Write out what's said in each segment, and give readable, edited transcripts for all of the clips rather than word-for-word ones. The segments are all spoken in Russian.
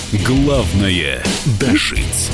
Главное – дожить.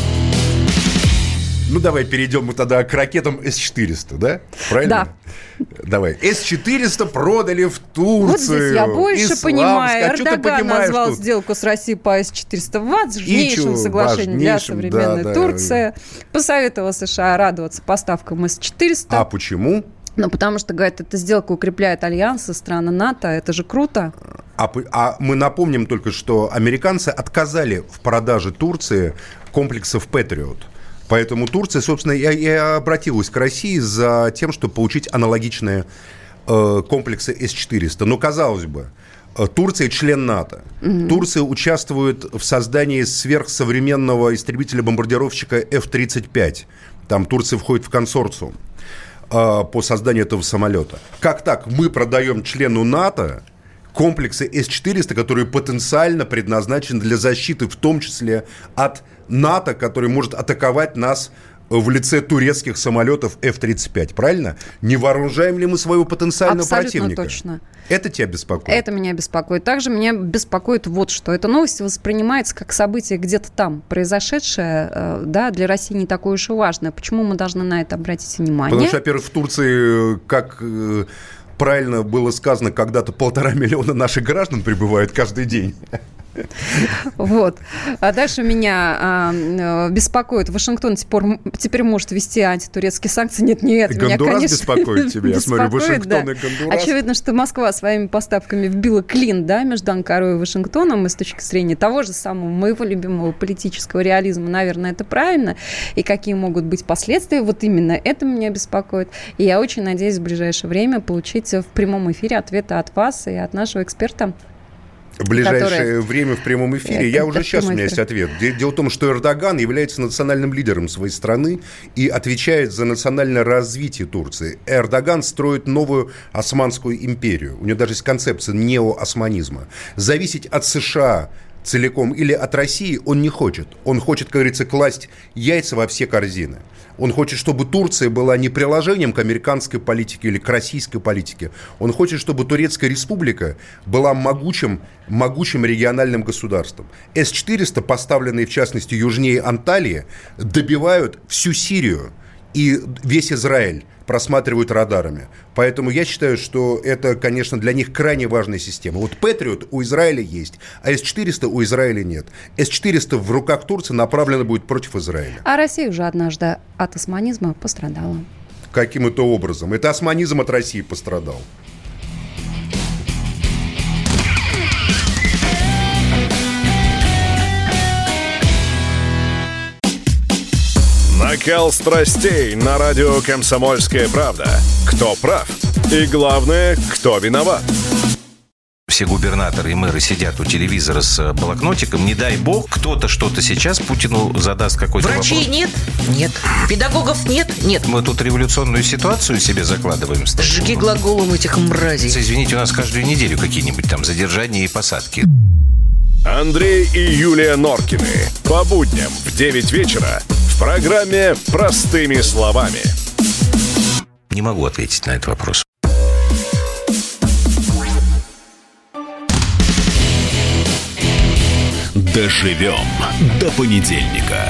Ну, давай перейдем мы тогда к ракетам С-400, да? Правильно? Да. Давай. С-400 продали в Турцию. Вот здесь я больше понимаю. А что ты Эрдоган понимаешь назвал тут? сделку с Россией по С-400 важнейшим соглашением для важнейшим, современной да. Турции. Посоветовал США радоваться поставкам С-400. А почему? Ну, потому что, говорят, эта сделка укрепляет альянсы, страны НАТО. Это же круто. А мы напомним только, что американцы отказали в продаже Турции комплексов «Патриот». Поэтому Турция, собственно, и обратилась к России за тем, чтобы получить аналогичные комплексы С-400. Но, казалось бы, Турция член НАТО. Турция участвует в создании сверхсовременного истребителя-бомбардировщика F-35. Там Турция входит в консорциум по созданию этого самолета. Как так? Мы продаем члену НАТО комплексы С-400, которые потенциально предназначены для защиты, в том числе от НАТО, который может атаковать нас в лице турецких самолетов F-35, правильно? Не вооружаем ли мы своего потенциального противника? Абсолютно точно. Это тебя беспокоит? Это меня беспокоит. Также меня беспокоит вот что. Эта новость воспринимается как событие где-то там, произошедшее, да, для России не такое уж и важное. Почему мы должны на это обратить внимание? Потому что, во-первых, в Турции, как правильно было сказано, когда-то 1,5 миллиона наших граждан прибывают каждый день. Вот. А дальше меня беспокоит. Вашингтон теперь может ввести антитурецкие санкции. Нет. Гондурас меня, конечно, беспокоит тебя. Я смотрю, Вашингтон да. и Гондурас. Очевидно, что Москва своими поставками вбила клин, да, между Анкарой и Вашингтоном. И с точки зрения того же самого моего любимого политического реализма, наверное, это правильно. И какие могут быть последствия, вот именно это меня беспокоит. И я очень надеюсь в ближайшее время получить в прямом эфире ответы от вас и от нашего эксперта. В ближайшее время в прямом эфире. Я уже сейчас, у меня есть ответ. Дело в том, что Эрдоган является национальным лидером своей страны и отвечает за национальное развитие Турции. Эрдоган строит новую Османскую империю. У него даже есть концепция неоосманизма. Зависеть от США целиком или от России он не хочет. Он хочет, как говорится, класть яйца во все корзины. Он хочет, чтобы Турция была не приложением к американской политике или к российской политике. Он хочет, чтобы Турецкая республика была могучим региональным государством. С-400, поставленные, в частности, южнее Анталии, добивают всю Сирию и весь Израиль просматривают радарами. Поэтому я считаю, что это, конечно, для них крайне важная система. Вот Патриот у Израиля есть, а С-400 у Израиля нет. С-400 в руках Турции направлено будет против Израиля. А Россия уже однажды от османизма пострадала. Каким это образом? Это османизм от России пострадал. Накал страстей на радио «Комсомольская правда». Кто прав? И главное, кто виноват? Все губернаторы и мэры сидят у телевизора с блокнотиком. Не дай бог, кто-то что-то сейчас Путину задаст какой-то вопрос. Врачей нет? Нет. Педагогов нет? Нет. Мы тут революционную ситуацию себе закладываем. Сжги глаголом этих мразей. Извините, у нас каждую неделю какие-нибудь там задержания и посадки. Андрей и Юлия Норкины. По будням в 9 вечера в программе «Простыми словами». Не могу ответить на этот вопрос. Доживем до понедельника.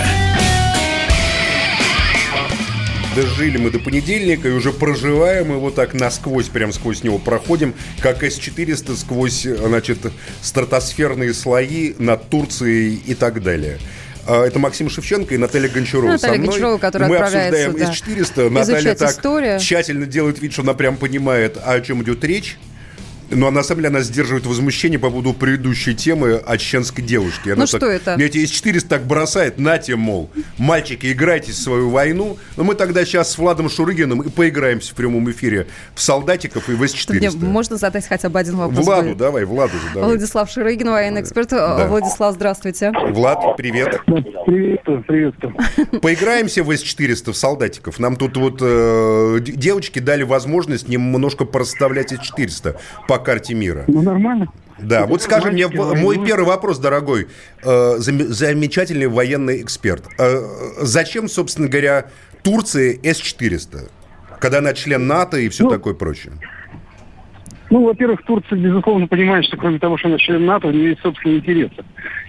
Дожили мы до понедельника и уже проживаем его так насквозь, прям сквозь него проходим, как С-400 сквозь, значит, стратосферные слои над Турцией и так далее. Это Максим Шевченко и Наталья Гончарова. Наталья Гончарова, которая мы отправляется, обсуждаем С-400. Наталья так историю. Тщательно делает вид, что она прям понимает, о чем идет речь. Но на самом деле она сдерживает возмущение по поводу предыдущей темы о чеченской девушке. Она что так, это? Мне эти С-400 так бросает, нате, мол, мальчики, играйте в свою войну. Но мы тогда сейчас с Владом Шурыгиным и поиграемся в прямом эфире в солдатиков и в С-400. Мне можно задать хотя бы один вопрос? Владу задавай. Владислав Шурыгин, военный эксперт. Да. Владислав, здравствуйте. Влад, привет. Приветствую. Поиграемся в С-400 в солдатиков. Нам тут вот девочки дали возможность немножко проставлять С-400 по карте мира. Ну, нормально. Да, вот скажи мне, мой первый вопрос, дорогой, замечательный военный эксперт. Зачем, собственно говоря, Турции С-400, когда она член НАТО и все такое прочее? Ну, во-первых, Турция, безусловно, понимает, что кроме того, что она член НАТО, у нее есть собственные интересы.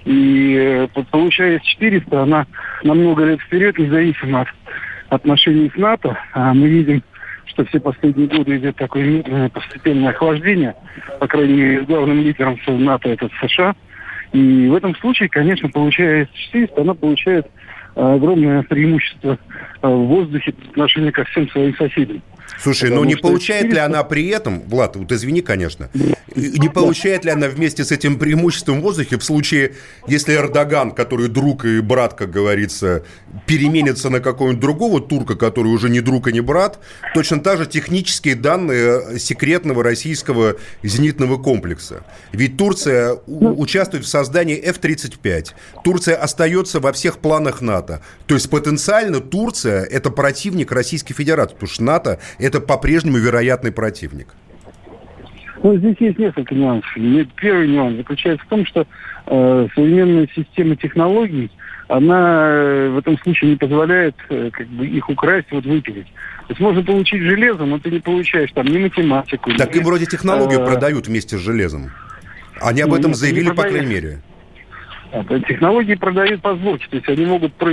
И получая С-400, она на много лет вперед, независимо от отношений с НАТО. Мы видим, что все последние годы идет такое медленное постепенное охлаждение, по крайней мере, главным лидером НАТО это США. И в этом случае, конечно, получая С-400, она получает огромное преимущество в воздухе по отношению ко всем своим соседям. Слушай, но не получает ли она при этом, Влад, вот извини, конечно, не получает ли она вместе с этим преимуществом в воздухе в случае, если Эрдоган, который друг и брат, как говорится, переменится на какого-нибудь другого турка, который уже не друг и не брат, точно так же технические данные секретного российского зенитного комплекса. Ведь Турция участвует в создании F-35. Турция остается во всех планах НАТО. То есть потенциально Турция – это противник Российской Федерации, потому что НАТО – это по-прежнему вероятный противник. Ну, здесь есть несколько нюансов. Первый нюанс заключается в том, что современная система технологий, она в этом случае не позволяет их украсть, выпилить. То есть можно получить железо, но ты не получаешь там ни математику. Так им вроде технологию продают вместе с железом. Они об этом заявили, по крайней мере. Технологии продают по сборке, то есть они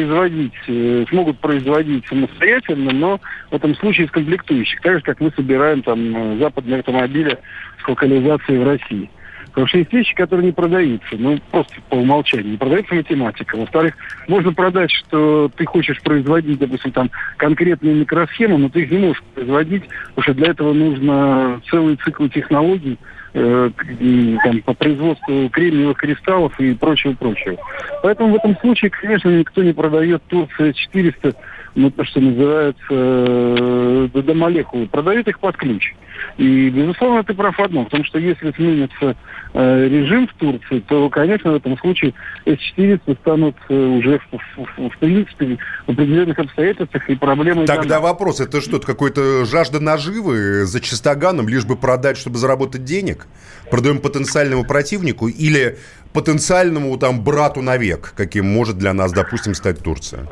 смогут производить самостоятельно, но в этом случае из комплектующих, так же, как мы собираем там западные автомобили с локализацией в России. Потому что есть вещи, которые не продаются, просто по умолчанию. Не продается математика. Во-вторых, можно продать, что ты хочешь производить, допустим, там конкретную микросхему, но ты их не можешь производить, потому что для этого нужно целый цикл технологий, по производству кремниевых кристаллов и прочего-прочего. Поэтому в этом случае, конечно, никто не продает Турции С-400, то, что называется, до молекулы. Продают их под ключ. И, безусловно, ты прав в одном, потому что если сменится режим в Турции, то, конечно, в этом случае С-400 станут уже, в принципе, в определенных обстоятельствах и проблемой. Тогда вопрос, это что, какой-то жажда наживы за чистоганом, лишь бы продать, чтобы заработать денег? Продаем потенциальному противнику или потенциальному брату навек, каким может для нас, допустим, стать Турция?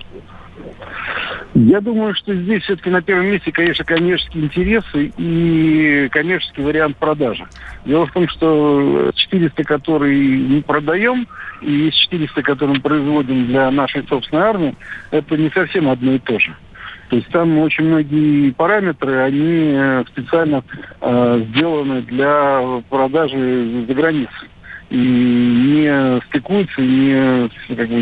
Я думаю, что здесь все-таки на первом месте, конечно, коммерческие интересы и коммерческий вариант продажи. Дело в том, что 400, которые мы продаем, и С-400, которые мы производим для нашей собственной армии, это не совсем одно и то же. То есть там очень многие параметры, они специально сделаны для продажи за границей. И не стыкуются, не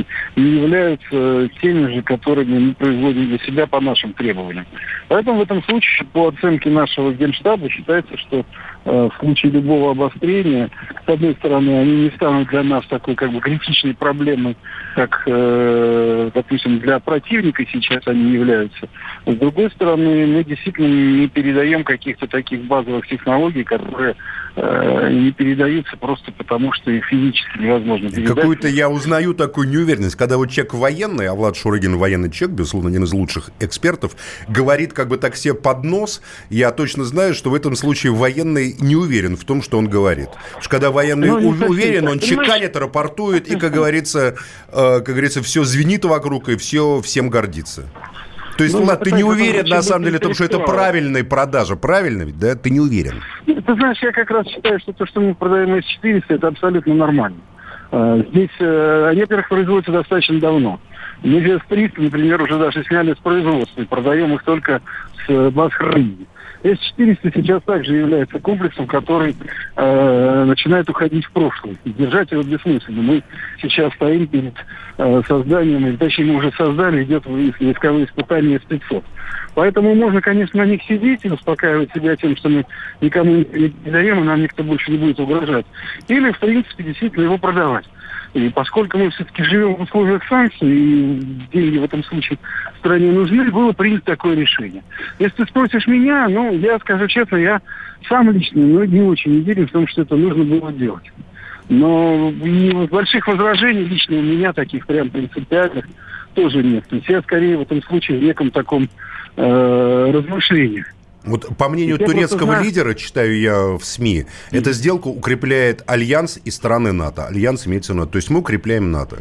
являются теми же, которыми мы производим для себя по нашим требованиям. Поэтому в этом случае, по оценке нашего Генштаба, считается, что в случае любого обострения, с одной стороны, они не станут для нас такой критичной проблемой, как, допустим, для противника сейчас они являются. С другой стороны, мы действительно не передаем каких-то таких базовых технологий, которые не передаются просто потому, что их физически невозможно передать. Какую-то я узнаю такую неуверенность, когда человек военный, а Влад Шурыгин военный человек, безусловно, один из лучших экспертов, говорит так себе под нос, я точно знаю, что в этом случае военный не уверен в том, что он говорит. Потому что когда военный уверен, он чеканит, рапортует и, как говорится, все звенит вокруг и все всем гордится. То есть, Влад, ты не уверен, на самом деле, в том, что это правильная продажа. Правильно ведь, да? Ты не уверен. Ты знаешь, я как раз считаю, что то, что мы продаем С-400, это абсолютно нормально. Здесь они, во-первых, производятся достаточно давно. Мы С-300, например, уже даже сняли с производства и продаем их только с баз хранения. С-400 сейчас также является комплексом, который начинает уходить в прошлое. Держать его бессмысленно. Мы сейчас стоим перед созданием, точнее, мы уже создали, идет войсковые испытания С-500. Поэтому можно, конечно, на них сидеть и успокаивать себя тем, что мы никому не передаем, и нам никто больше не будет угрожать. Или, в принципе, действительно его продавать. И поскольку мы все-таки живем в условиях санкций, и деньги в этом случае стране нужны, было принято такое решение. Если ты спросишь меня, я скажу честно, я сам лично не очень уверен в том, что это нужно было делать. Но и больших возражений лично у меня, таких прям принципиальных, тоже нет. То есть я скорее в этом случае в неком таком размышлении. Вот по мнению турецкого лидера, читаю я в СМИ, эта сделка укрепляет альянс и страны НАТО. Альянс имеется в виду, то есть мы укрепляем НАТО.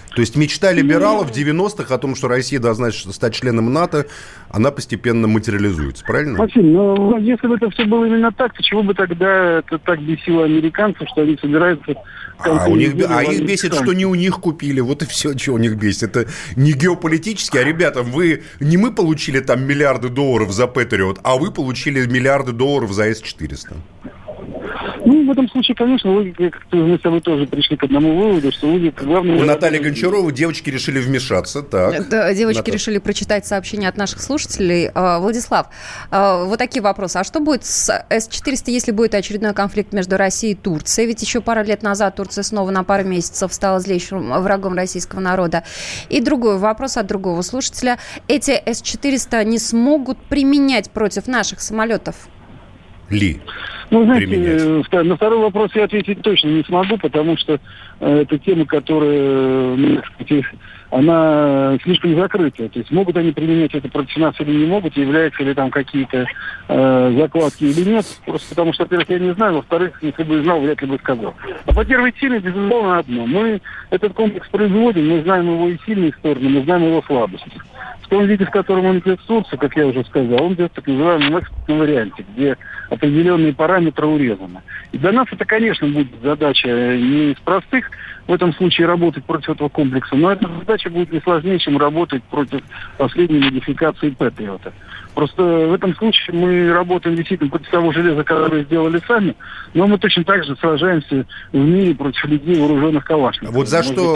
То есть мечта либералов в 90-х о том, что Россия должна стать членом НАТО, она постепенно материализуется, правильно? Максим, ну, если бы это все было именно так, то чего бы тогда это так бесило американцев, что они собираются... их бесит, что не у них купили, вот и все, что у них бесит. Это не геополитически, а, ребята, не мы получили там миллиарды долларов за Патриот, а вы получили миллиарды долларов за С-400. Ну, в этом случае, конечно, мы с тобой тоже пришли к одному выводу, что логика главное... У Натальи Гончаровой девочки решили вмешаться, так. Да, девочки решили прочитать сообщения от наших слушателей. Владислав, вот такие вопросы. А что будет с С-400, если будет очередной конфликт между Россией и Турцией? Ведь еще пару лет назад Турция снова на пару месяцев стала злейшим врагом российского народа. И другой вопрос от другого слушателя. Эти С-400 не смогут применять против наших самолетов? Ну, знаете, на второй вопрос я ответить точно не смогу, потому что это тема, которая, она слишком закрытая. То есть могут они применять это против нас или не могут, являются ли там какие-то закладки или нет. Просто потому что, во-первых, я не знаю, во-вторых, если бы знал, вряд ли бы сказал. А по первой теме, безусловно, одно. Мы этот комплекс производим, мы знаем его и сильные стороны, мы знаем его слабости. В том виде, в котором он идет в Турцию, как я уже сказал, он идет в так называемом экспортном варианте, где определенные параметры урезаны. И для нас это, конечно, будет задача не из простых в этом случае работать против этого комплекса, но эта задача будет не сложнее, чем работать против последней модификации Патриота. Просто в этом случае мы работаем действительно против того железа, которое сделали сами, но мы точно так же сражаемся в мире против людей, вооруженных калашниками. Вот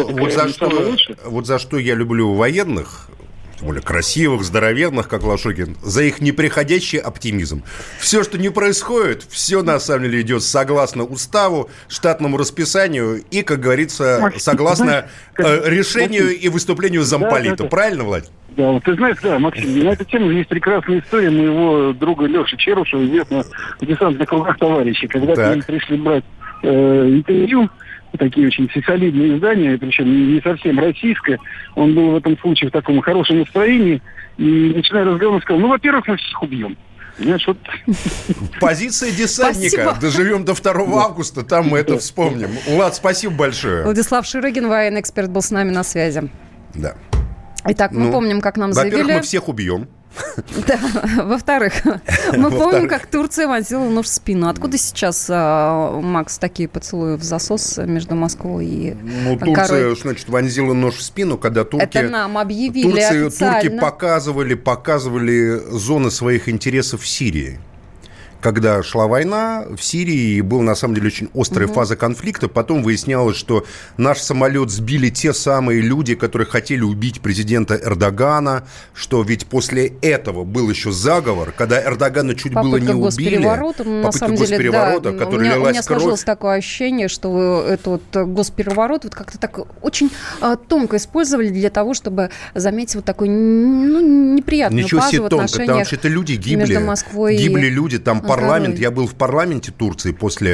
за что я люблю военных, тем более красивых, здоровенных, как Лошокин, за их неприходящий оптимизм. Все, что не происходит, все на самом деле идет согласно уставу, штатному расписанию и, как говорится, согласно решению и выступлению замполита. Правильно, Владимир? Да, вот ты знаешь, да, Максим, на эту тему есть прекрасная история моего друга Леши Черушева, известного в десантных кругах товарищей, когда к ним пришли брать интервью, такие очень солидные издания, причем не совсем российское. Он был в этом случае в таком хорошем настроении. И, начиная разговор, он сказал, ну, во-первых, мы всех убьем. Знаешь, вот... Позиция десантника. Доживем до 2 августа, там мы это вспомним. Влад, спасибо большое. Владислав Ширыгин, военный эксперт, был с нами на связи. Да. Итак, мы помним, как нам заявили... Во-первых, мы всех убьем. Да, во-вторых, мы помним, как Турция вонзила нож в спину. Откуда сейчас, Макс, такие поцелуи в засос между Москвой и Анкарой? Турция, значит, вонзила нож в спину, когда турки... Это нам объявили официально. Турки показывали зоны своих интересов в Сирии. Когда шла война в Сирии, была на самом деле очень острая фаза конфликта. Потом выяснялось, что наш самолет сбили те самые люди, которые хотели убить президента Эрдогана, что ведь после этого был еще заговор, когда Эрдогана чуть было не убили. На самом деле, да, у меня сложилось такое ощущение, что этот госпереворот вот как-то так очень тонко использовали для того, чтобы заметить вот такую неприятную паузу в отношениях тонко, потому что это люди гибли, гибли люди, там парламент, я был в парламенте Турции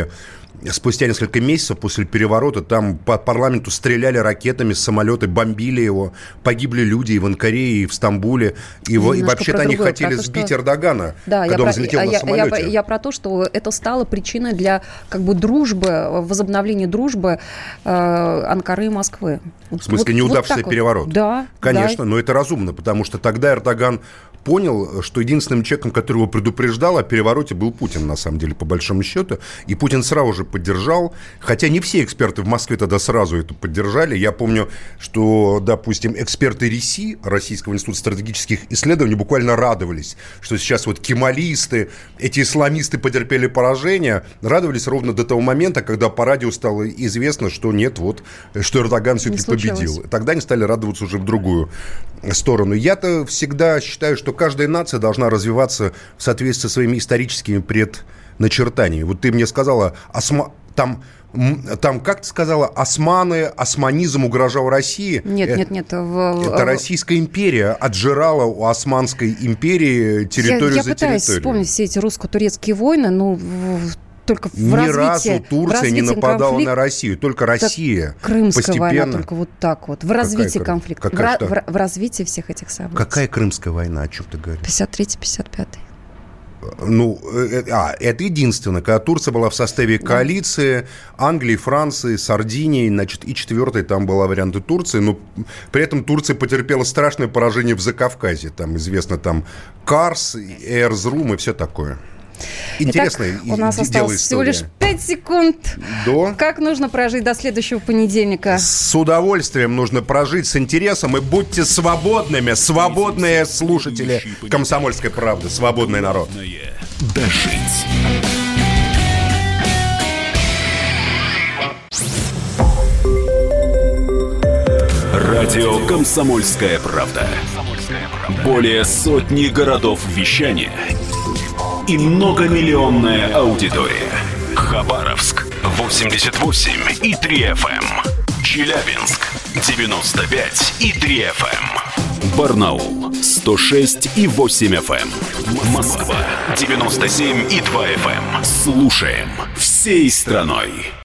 спустя несколько месяцев после переворота, там по парламенту стреляли ракетами с самолета, бомбили его, погибли люди и в Анкаре, и в Стамбуле, и вообще-то они хотели сбить Эрдогана, когда он взлетел на самолете. Я про то, что это стало причиной для дружбы, возобновления дружбы Анкары и Москвы. В смысле, неудавшийся переворот? Да. Конечно, но это разумно, потому что тогда Эрдоган понял, что единственным человеком, который его предупреждал о перевороте, был Путин, на самом деле, по большому счету. И Путин сразу же поддержал, хотя не все эксперты в Москве тогда сразу это поддержали. Я помню, что, допустим, эксперты РИСИ, Российского института стратегических исследований, буквально радовались, что сейчас вот кемалисты, эти исламисты потерпели поражение, радовались ровно до того момента, когда по радио стало известно, что нет, что Эрдоган все-таки победил. Тогда они стали радоваться уже в другую сторону. Я-то всегда считаю, что каждая нация должна развиваться в соответствии со своими историческими предначертаниями. Вот ты мне сказала, там, как ты сказала, османизм угрожал России. Нет. Это Российская империя отжирала у Османской империи территорию за территорией. Я пытаюсь вспомнить все эти русско-турецкие войны, только в развитии... Ни разу Турция не нападала на Россию, только Россия. Крымская постепенно... война только вот так вот. В развитии конфликта. В развитии всех этих событий. Какая Крымская война? О чем ты говоришь? 53-55. Это единственное, когда Турция была в составе коалиции Англии, Франции, Сардинии, значит, и четвертой там была варианты Турции, но при этом Турция потерпела страшное поражение в Закавказье, там известно там Карс, Эрзрум и все такое. Интересно. Итак, у нас осталось всего лишь 5 секунд. Как нужно прожить до следующего понедельника? С удовольствием нужно прожить, с интересом. И будьте свободными, свободные слушатели «Комсомольской правды», свободный народ. Дожить. Радио «Комсомольская правда». Более сотни городов вещания и многомиллионная аудитория. Хабаровск 88,3 FM. Челябинск 95,3 FM. Барнаул 106,8 FM. Москва 97,2 FM. Слушаем всей страной.